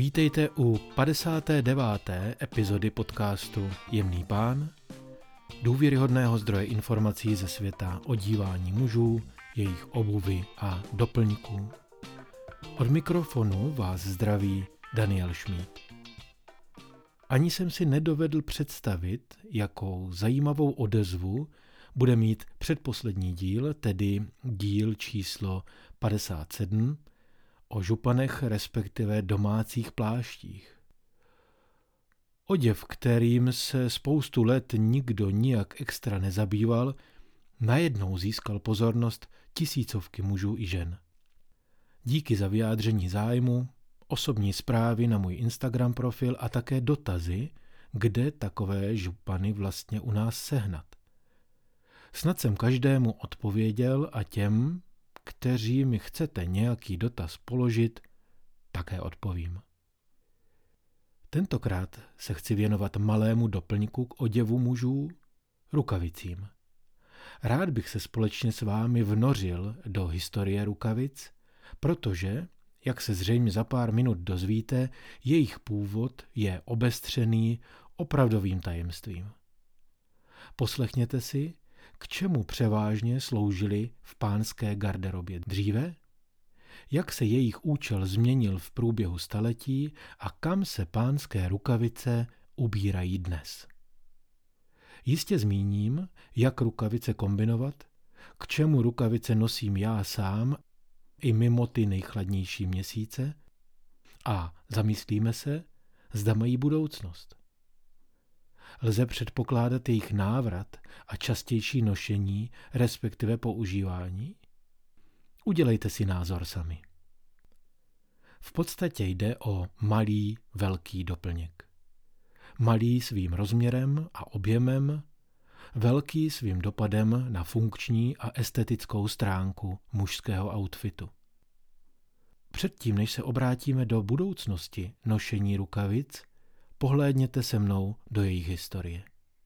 Vítejte u 59. epizody podcastu Jemný pán, důvěryhodného zdroje informací ze světa odívání mužů, jejich obuvi a doplňků. Od mikrofonu vás zdraví Daniel Šmíd. Ani jsem si nedovedl představit, jakou zajímavou odezvu bude mít předposlední díl, tedy díl číslo 57, o županech, respektive domácích pláštích. Oděv, kterým se spoustu let nikdo nijak extra nezabýval, najednou získal pozornost tisícovky mužů i žen. Díky za vyjádření zájmu, osobní zprávy na můj Instagram profil a také dotazy, kde takové župany vlastně u nás sehnat. Snad jsem každému odpověděl a těm, kteří mi chcete nějaký dotaz položit, také odpovím. Tentokrát se chci věnovat malému doplňku k oděvu mužů, rukavicím. Rád bych se společně s vámi vnořil do historie rukavic, protože, jak se zřejmě za pár minut dozvíte, jejich původ je obestřený opravdovým tajemstvím. Poslechněte si, k čemu převážně sloužily v pánské garderobě dříve, jak se jejich účel změnil v průběhu staletí a kam se pánské rukavice ubírají dnes. Jistě zmíním, jak rukavice kombinovat, k čemu rukavice nosím já sám i mimo ty nejchladnější měsíce a zamyslíme se, zda mají budoucnost. Lze předpokládat jejich návrat a častější nošení, respektive používání? Udělejte si názor sami. V podstatě jde o malý, velký doplněk. Malý svým rozměrem a objemem, velký svým dopadem na funkční a estetickou stránku mužského outfitu. Předtím, než se obrátíme do budoucnosti nošení rukavic, pohlédněte se mnou do jejich historie.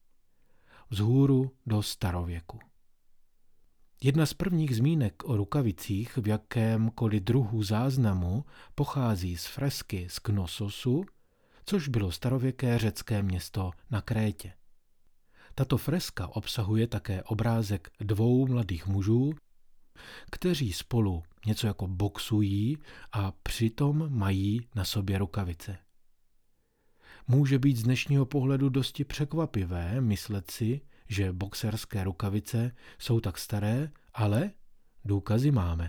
Vzhůru do starověku. Jedna z prvních zmínek o rukavicích v jakémkoliv druhu záznamu pochází z fresky z Knossosu, což bylo starověké řecké město na Krétě. Tato freska obsahuje také obrázek dvou mladých mužů, kteří spolu něco jako boxují a přitom mají na sobě rukavice. Může být z dnešního pohledu dosti překvapivé myslet si, že boxerské rukavice jsou tak staré, ale důkazy máme.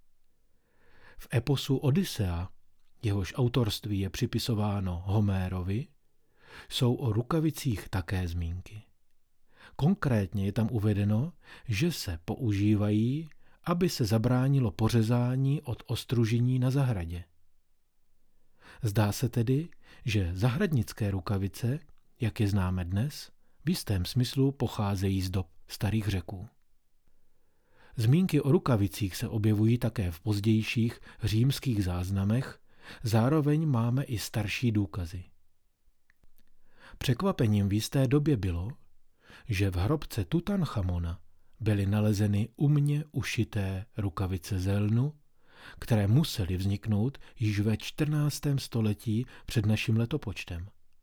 V eposu Odyssea, jehož autorství je připisováno Homérovi, jsou o rukavicích také zmínky. Konkrétně je tam uvedeno, že se používají, aby se zabránilo pořezání od ostružení na zahradě. Zdá se tedy, že zahradnické rukavice, jak je známe dnes, v jistém smyslu pocházejí z dob starých Řeků. Zmínky o rukavicích se objevují také v pozdějších římských záznamech, zároveň máme i starší důkazy. Překvapením v jisté době bylo, že v hrobce Tutanchamona byly nalezeny umně ušité rukavice ze lnu, které musely vzniknout již ve 14. století před naším letopočtem.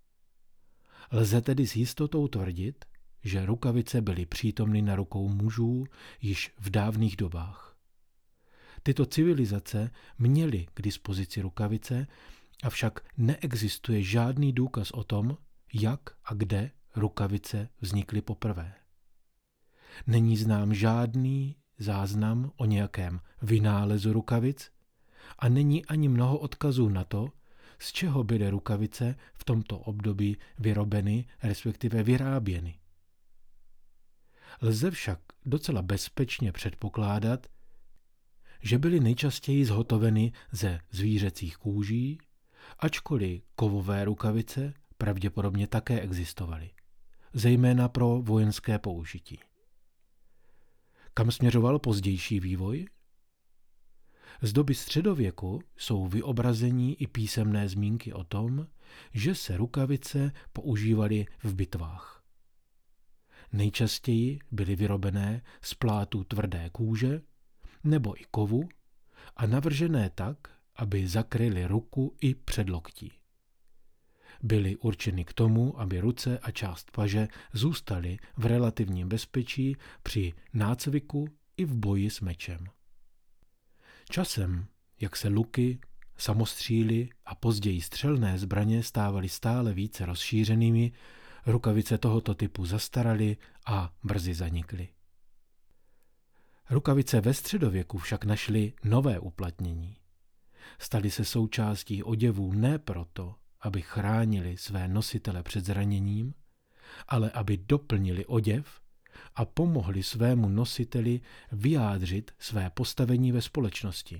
Lze tedy s jistotou tvrdit, že rukavice byly přítomny na rukou mužů již v dávných dobách. Tyto civilizace měly k dispozici rukavice, avšak neexistuje žádný důkaz o tom, jak a kde rukavice vznikly poprvé. Není znám žádný záznam o nějakém vynálezu rukavic a není ani mnoho odkazů na to, z čeho byly rukavice v tomto období vyrobeny, respektive vyráběny. Lze však docela bezpečně předpokládat, že byly nejčastěji zhotoveny ze zvířecích kůží, ačkoliv kovové rukavice pravděpodobně také existovaly, zejména pro vojenské použití. Kam směřoval pozdější vývoj? Z doby středověku jsou vyobrazení i písemné zmínky o tom, že se rukavice používaly v bitvách. Nejčastěji byly vyrobené z plátů tvrdé kůže nebo i kovu a navržené tak, aby zakryly ruku i předloktí. Byly určeny k tomu, aby ruce a část paže zůstaly v relativním bezpečí při nácviku i v boji s mečem. Časem, jak se luky, samostříly a později střelné zbraně stávaly stále více rozšířenými, rukavice tohoto typu zastaraly a brzy zanikly. Rukavice ve středověku však našly nové uplatnění. Staly se součástí oděvů ne proto, aby chránili své nositele před zraněním, ale aby doplnili oděv a pomohli svému nositeli vyjádřit své postavení ve společnosti.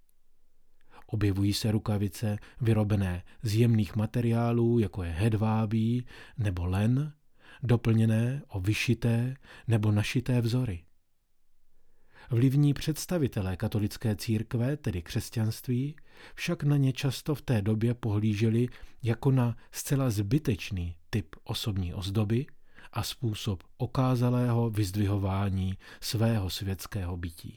Objevují se rukavice vyrobené z jemných materiálů, jako je hedvábí nebo len, doplněné o vyšité nebo našité vzory. Vlivní představitelé katolické církve, tedy křesťanství, však na ně často v té době pohlíželi jako na zcela zbytečný typ osobní ozdoby a způsob okázalého vyzdvihování svého světského bytí.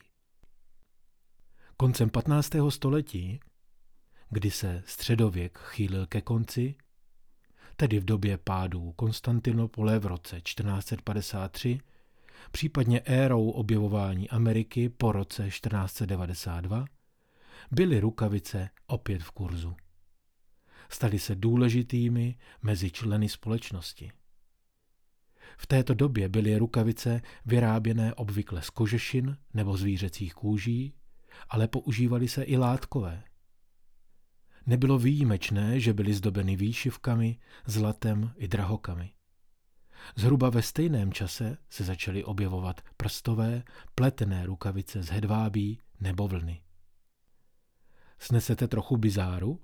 Koncem 15. století, kdy se středověk chýlil ke konci, tedy v době pádu Konstantinopole v roce 1453, případně érou objevování Ameriky po roce 1492, byly rukavice opět v kurzu. Staly se důležitými mezi členy společnosti. V této době byly rukavice vyráběné obvykle z kožešin nebo zvířecích kůží, ale používaly se i látkové. Nebylo výjimečné, že byly zdobeny výšivkami, zlatem i drahokamy. Zhruba ve stejném čase se začaly objevovat prstové, pletené rukavice z hedvábí nebo vlny. Snesete trochu bizáru?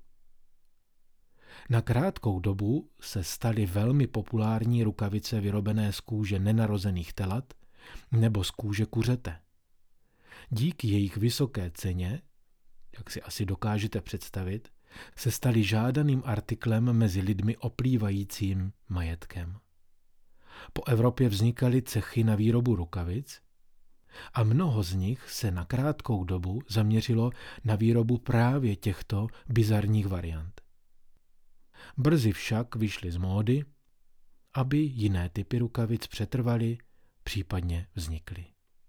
Na krátkou dobu se staly velmi populární rukavice vyrobené z kůže nenarozených telat nebo z kůže kuřete. Díky jejich vysoké ceně, jak si asi dokážete představit, se staly žádaným artiklem mezi lidmi oplývajícím majetkem. Po Evropě vznikaly cechy na výrobu rukavic a mnoho z nich se na krátkou dobu zaměřilo na výrobu právě těchto bizarních variant. Brzy však vyšly z módy, aby jiné typy rukavic přetrvaly, případně vznikly.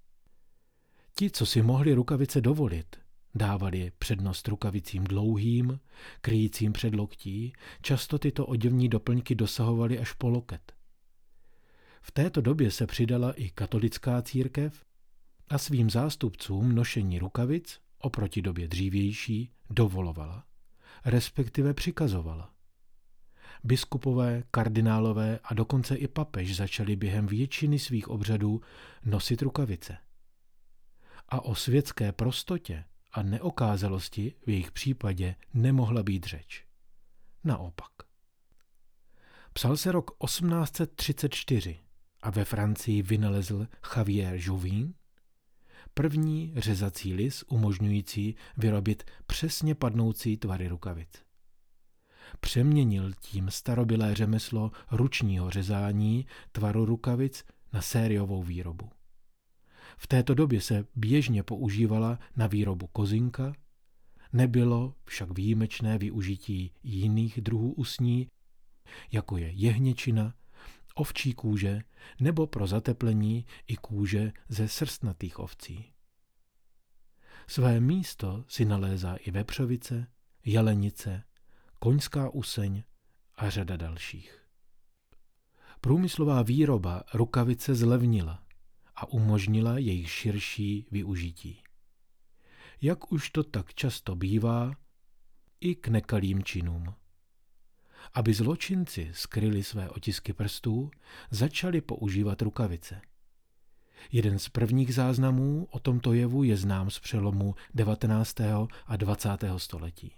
Ti, co si mohli rukavice dovolit, dávali přednost rukavicím dlouhým, kryjícím předloktí, často tyto oděvní doplňky dosahovaly až po loket. V této době se přidala i katolická církev a svým zástupcům nošení rukavic oproti době dřívější dovolovala, respektive přikazovala. Biskupové, kardinálové a dokonce i papež začali během většiny svých obřadů nosit rukavice. A o světské prostotě a neokázalosti v jejich případě nemohla být řeč. Naopak. Psal se rok 1834 a ve Francii vynalezl Javier Jouvin první řezací lis umožňující vyrobit přesně padnoucí tvary rukavic. Přeměnil tím starobylé řemeslo ručního řezání tvaru rukavic na sériovou výrobu. V této době se běžně používala na výrobu kozinka, nebylo však výjimečné využití jiných druhů usní, jako je jehněčina, ovčí kůže nebo pro zateplení i kůže ze srstnatých ovcí. Své místo si nalézá i vepřovice, jelenice, koňská useň a řada dalších. Průmyslová výroba rukavice zlevnila a umožnila jejich širší využití. Jak už to tak často bývá, i k nekalým činům. Aby zločinci skryli své otisky prstů, začali používat rukavice. Jeden z prvních záznamů o tomto jevu je znám z přelomu 19. a 20. století.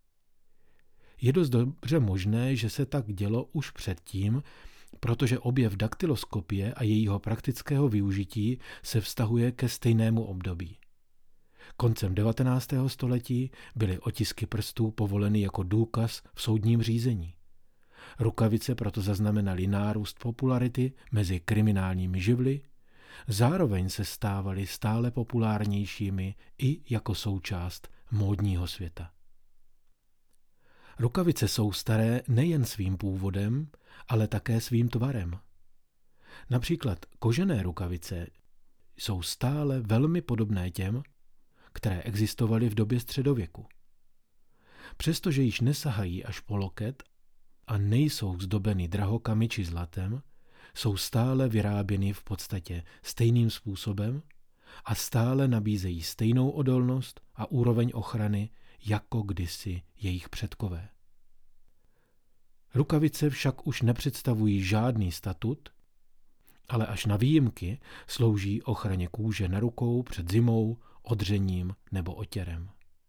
Je dost dobře možné, že se tak dělo už předtím, protože objev daktyloskopie a jejího praktického využití se vztahuje ke stejnému období. Koncem 19. století byly otisky prstů povoleny jako důkaz v soudním řízení. Rukavice proto zaznamenaly nárůst popularity mezi kriminálními živly, zároveň se stávaly stále populárnějšími i jako součást módního světa. Rukavice jsou staré nejen svým původem, ale také svým tvarem. Například kožené rukavice jsou stále velmi podobné těm, které existovaly v době středověku. Přestože již nesahají až po loket a nejsou zdobeny drahokamy či zlatem, jsou stále vyráběny v podstatě stejným způsobem a stále nabízejí stejnou odolnost a úroveň ochrany jako kdysi jejich předkové. Rukavice však už nepředstavují žádný statut, ale až na výjimky slouží ochraně kůže na rukou před zimou, odřením nebo otěrem.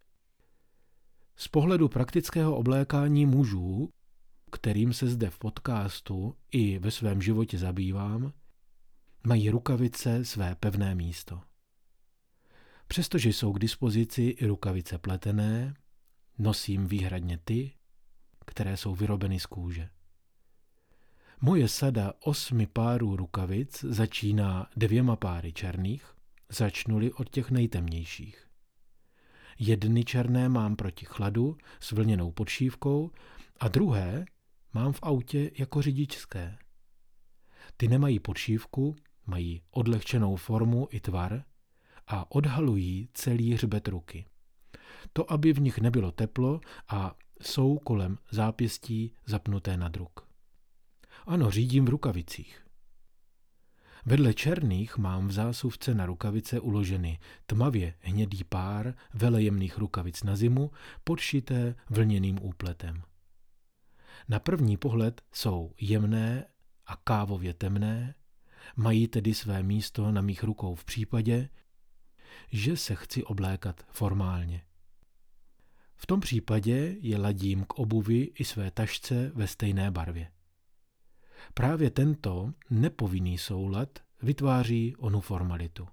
Z pohledu praktického oblékání mužů, kterým se zde v podcastu i ve svém životě zabývám, mají rukavice své pevné místo. Přestože jsou k dispozici i rukavice pletené, nosím výhradně ty, které jsou vyrobeny z kůže. Moje sada 8 párů rukavic začíná 2 páry černých, začnu-li od těch nejtemnějších. 1 černé mám proti chladu s vlněnou podšívkou a 2 mám v autě jako řidičské. Ty nemají podšívku, mají odlehčenou formu i tvar a odhalují celý hřbet ruky. To, aby v nich nebylo teplo a jsou kolem zápěstí zapnuté na druk. Ano, řídím v rukavicích. Vedle černých mám v zásuvce na rukavice uloženy tmavě hnědý pár velejemných rukavic na zimu, podšité vlněným úpletem. Na první pohled jsou jemné a kávově temné, mají tedy své místo na mých rukou v případě, že se chci oblékat formálně. V tom případě je ladím k obuvi i své tašce ve stejné barvě. Právě tento nepovinný soulad vytváří onu formalitu.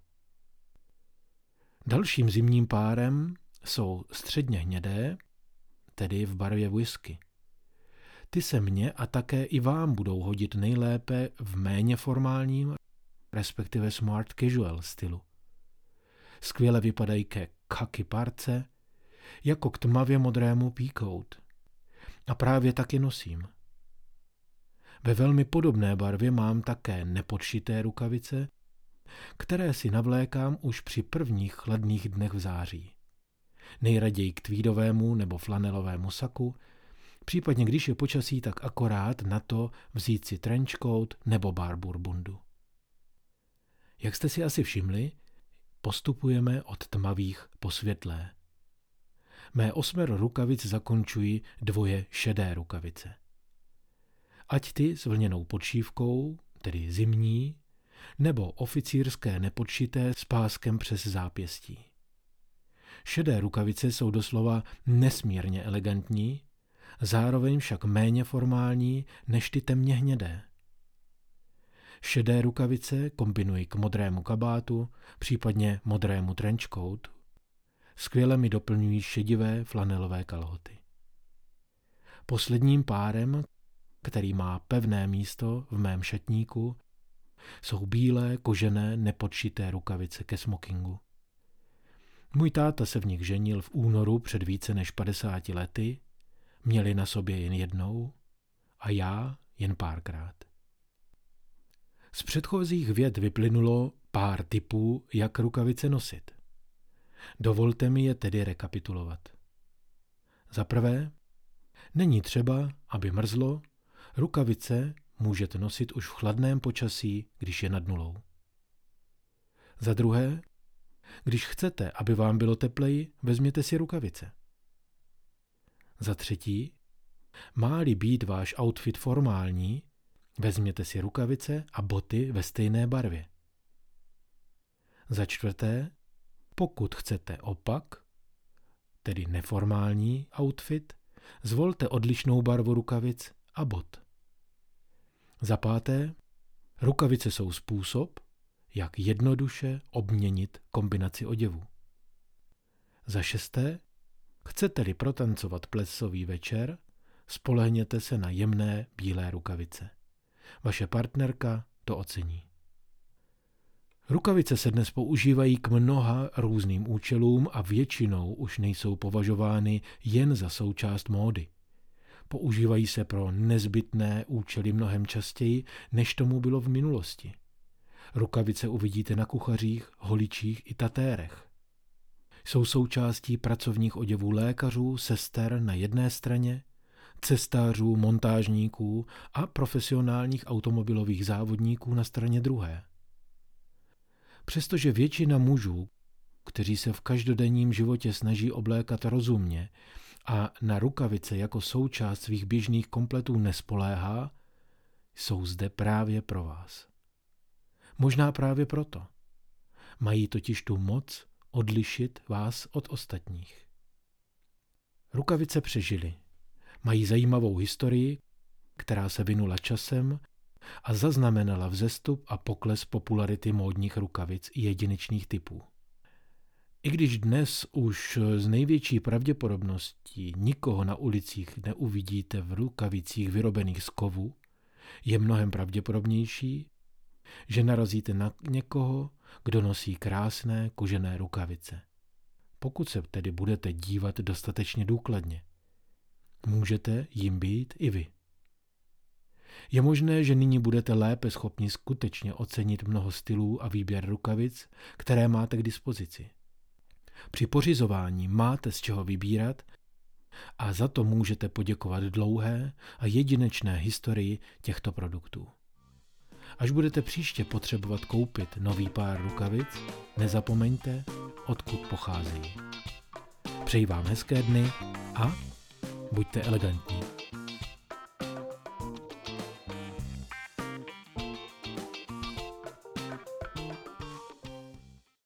Dalším zimním párem jsou středně hnědé, tedy v barvě whisky. Ty se mně a také i vám budou hodit nejlépe v méně formálním, respektive smart casual stylu. Skvěle vypadají ke khaki parce, jako k tmavě modrému peacoat. A právě tak je nosím. Ve velmi podobné barvě mám také nepodšité rukavice, které si navlékám už při prvních chladných dnech v září. Nejraději k tweedovému nebo flanelovému saku, případně když je počasí, tak akorát na to vzít si trenchcoat nebo barbour bundu. Jak jste si asi všimli, postupujeme od tmavých po světlé. Mé 8 rukavic zakončují 2 šedé rukavice. Ať ty s vlněnou podšívkou, tedy zimní, nebo oficírské nepodšité s páskem přes zápěstí. Šedé rukavice jsou doslova nesmírně elegantní, zároveň však méně formální než ty temně hnědé. Šedé rukavice kombinuji k modrému kabátu, případně modrému trenchcoatu. Skvěle mi doplňují šedivé flanelové kalhoty. Posledním párem, který má pevné místo v mém šatníku, jsou bílé kožené nepodšité rukavice ke smokingu. Můj táta se v nich ženil v únoru před více než 50 lety, měli na sobě jen jednou a já jen párkrát. Z předchozích vět vyplynulo pár tipů, jak rukavice nosit. Dovolte mi je tedy rekapitulovat. Za prvé, není třeba, aby mrzlo, rukavice můžete nosit už v chladném počasí, když je nad nulou. Za druhé, když chcete, aby vám bylo tepleji, vezměte si rukavice. Za třetí, má-li být váš outfit formální, vezměte si rukavice a boty ve stejné barvě. Za čtvrté, pokud chcete opak, tedy neformální outfit, zvolte odlišnou barvu rukavic a bot. Za páté, rukavice jsou způsob, jak jednoduše obměnit kombinaci oděvu. Za šesté, chcete-li protancovat plesový večer, spolehněte se na jemné bílé rukavice. Vaše partnerka to ocení. Rukavice se dnes používají k mnoha různým účelům a většinou už nejsou považovány jen za součást módy. Používají se pro nezbytné účely mnohem častěji, než tomu bylo v minulosti. Rukavice uvidíte na kuchařích, holičích i tatérech. Jsou součástí pracovních oděvů lékařů, sester na jedné straně, cestářů, montážníků a profesionálních automobilových závodníků na straně druhé. Přestože většina mužů, kteří se v každodenním životě snaží oblékat rozumně a na rukavice jako součást svých běžných kompletů nespoléhá, jsou zde právě pro vás. Možná právě proto. Mají totiž tu moc odlišit vás od ostatních. Rukavice přežily. Mají zajímavou historii, která se vinula časem a zaznamenala vzestup a pokles popularity módních rukavic i jedinečných typů. I když dnes už z největší pravděpodobností nikoho na ulicích neuvidíte v rukavicích vyrobených z kovu, je mnohem pravděpodobnější, že narazíte na někoho, kdo nosí krásné kožené rukavice. Pokud se tedy budete dívat dostatečně důkladně, můžete jim být i vy. Je možné, že nyní budete lépe schopni skutečně ocenit mnoho stylů a výběr rukavic, které máte k dispozici. Při pořizování máte z čeho vybírat a za to můžete poděkovat dlouhé a jedinečné historii těchto produktů. Až budete příště potřebovat koupit nový pár rukavic, nezapomeňte, odkud pocházejí. Přeji vám hezké dny a buďte elegantní.